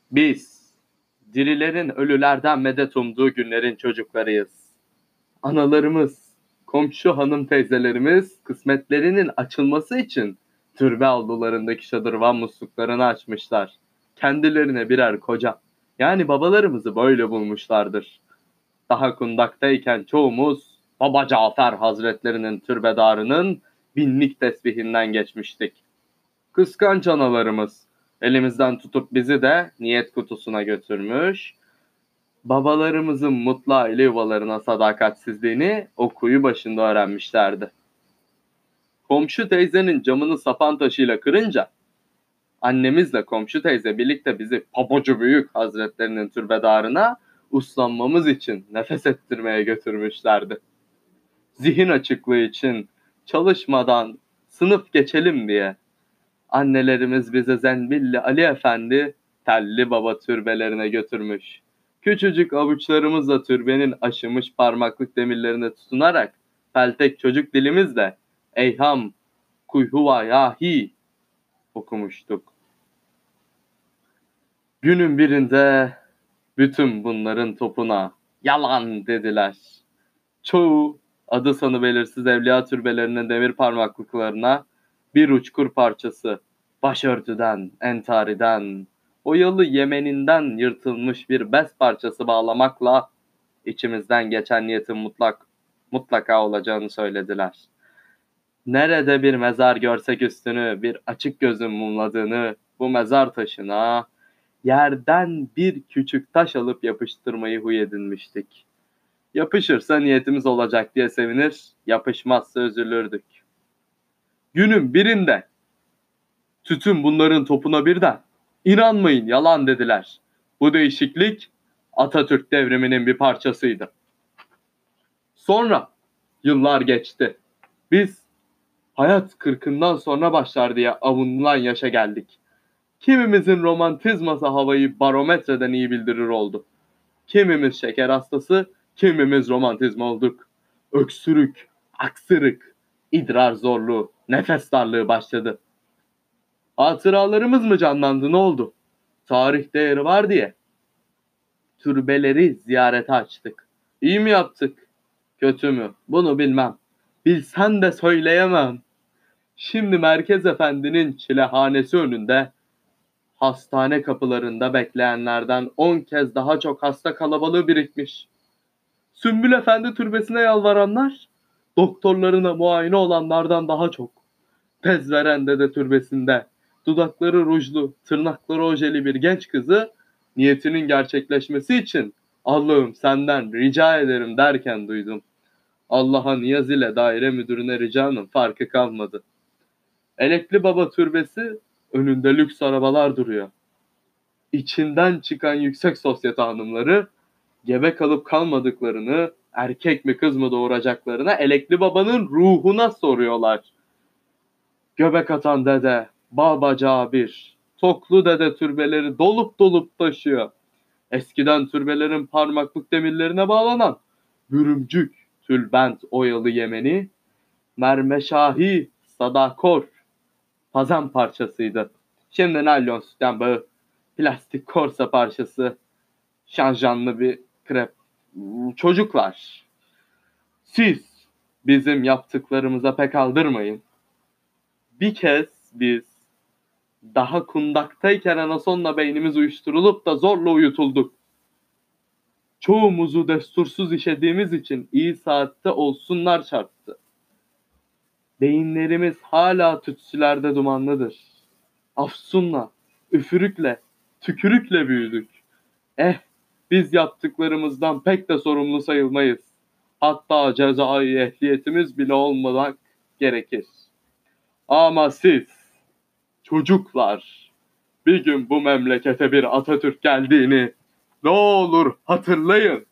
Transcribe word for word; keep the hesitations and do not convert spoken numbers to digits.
Biz, dirilerin ölülerden medet umduğu günlerin çocuklarıyız. Analarımız, komşu hanım teyzelerimiz kısmetlerinin açılması için türbe avlularındaki şadırvan musluklarını açmışlar. Kendilerine birer koca, yani babalarımızı böyle bulmuşlardır. Daha kundaktayken çoğumuz Baba Cafer Hazretlerinin türbedarının binlik tesbihinden geçmiştik. Kıskanç analarımız elimizden tutup bizi de niyet kutusuna götürmüş. Babalarımızın mutlu aile yuvalarına sadakatsizliğini o kuyu başında öğrenmişlerdi. Komşu teyzenin camını sapan taşıyla kırınca annemizle komşu teyze birlikte bizi Papucu Büyük Hazretlerinin türbedarına uslanmamız için nefes ettirmeye götürmüşlerdi. Zihin açıklığı için çalışmadan sınıf geçelim diye annelerimiz bize Zenbilli Ali Efendi Telli Baba türbelerine götürmüş. Küçücük avuçlarımızla türbenin aşımış parmaklık demirlerine tutunarak peltek çocuk dilimizle Eyham Kuyhuva Yahi okumuştuk. Günün birinde bütün bunların topuna yalan dediler. Çoğu adı sanı belirsiz evliya türbelerinin demir parmaklıklarına bir uçkur parçası, başörtüden, entariden, oyalı Yemeninden yırtılmış bir bez parçası bağlamakla içimizden geçen niyetin mutlak mutlaka olacağını söylediler. Nerede bir mezar görsek üstünü bir açık gözün mumladığını bu mezar taşına yerden bir küçük taş alıp yapıştırmayı huy edinmiştik. Yapışırsa niyetimiz olacak diye sevinir, yapışmazsa üzülürdük. Günün birinde tütün bunların topuna birden inanmayın yalan dediler. Bu değişiklik Atatürk devriminin bir parçasıydı. Sonra yıllar geçti. Biz hayat kırkından sonra başlar diye avunulan yaşa geldik. Kimimizin romantizması havayı barometreden iyi bildirir oldu. Kimimiz şeker hastası, kimimiz romantizma olduk. Öksürük, aksırık, idrar zorluğu, nefes darlığı başladı. Hatıralarımız mı canlandı ne oldu? Tarih değeri var diye türbeleri ziyarete açtık. İyi mi yaptık? Kötü mü? Bunu bilmem. Bilsen de söyleyemem. Şimdi Merkez Efendi'nin çilehanesi önünde hastane kapılarında bekleyenlerden on kez daha çok hasta kalabalığı birikmiş. Sümbül Efendi türbesine yalvaranlar, doktorlarına muayene olanlardan daha çok. Tezveren Dede türbesinde, dudakları rujlu, tırnakları ojeli bir genç kızı, niyetinin gerçekleşmesi için Allah'ım senden rica ederim derken duydum. Allah'a niyaz ile daire müdürüne ricanın farkı kalmadı. Elekli Baba türbesi önünde lüks arabalar duruyor. İçinden çıkan yüksek sosyete hanımları gebe kalıp kalmadıklarını, erkek mi kız mı doğuracaklarına Elekli Baba'nın ruhuna soruyorlar. Göbek atan dede, babacağı bir, toklu dede türbeleri dolup dolup taşıyor. Eskiden türbelerin parmaklık demirlerine bağlanan bürümcük, tülbent oyalı Yemeni, mermeşahi, sadakor, pazan parçasıydı. Şimdi naylon sütyen bağı, plastik korsa parçası, şanjanlı bir krep. Çocuklar, siz bizim yaptıklarımıza pek aldırmayın. Bir kez biz daha kundaktayken anasonla beynimiz uyuşturulup da zorla uyutulduk. Çoğumuzu destursuz işediğimiz için iyi saatte olsunlar çarptı. Beyinlerimiz hala tütsülerde dumanlıdır. Afsunla, üfürükle, tükürükle büyüdük. Eh, biz yaptıklarımızdan pek de sorumlu sayılmayız. Hatta cezai ehliyetimiz bile olmadan gerekir. Ama siz, çocuklar, bir gün bu memlekete bir Atatürk geldiğini ne olur hatırlayın.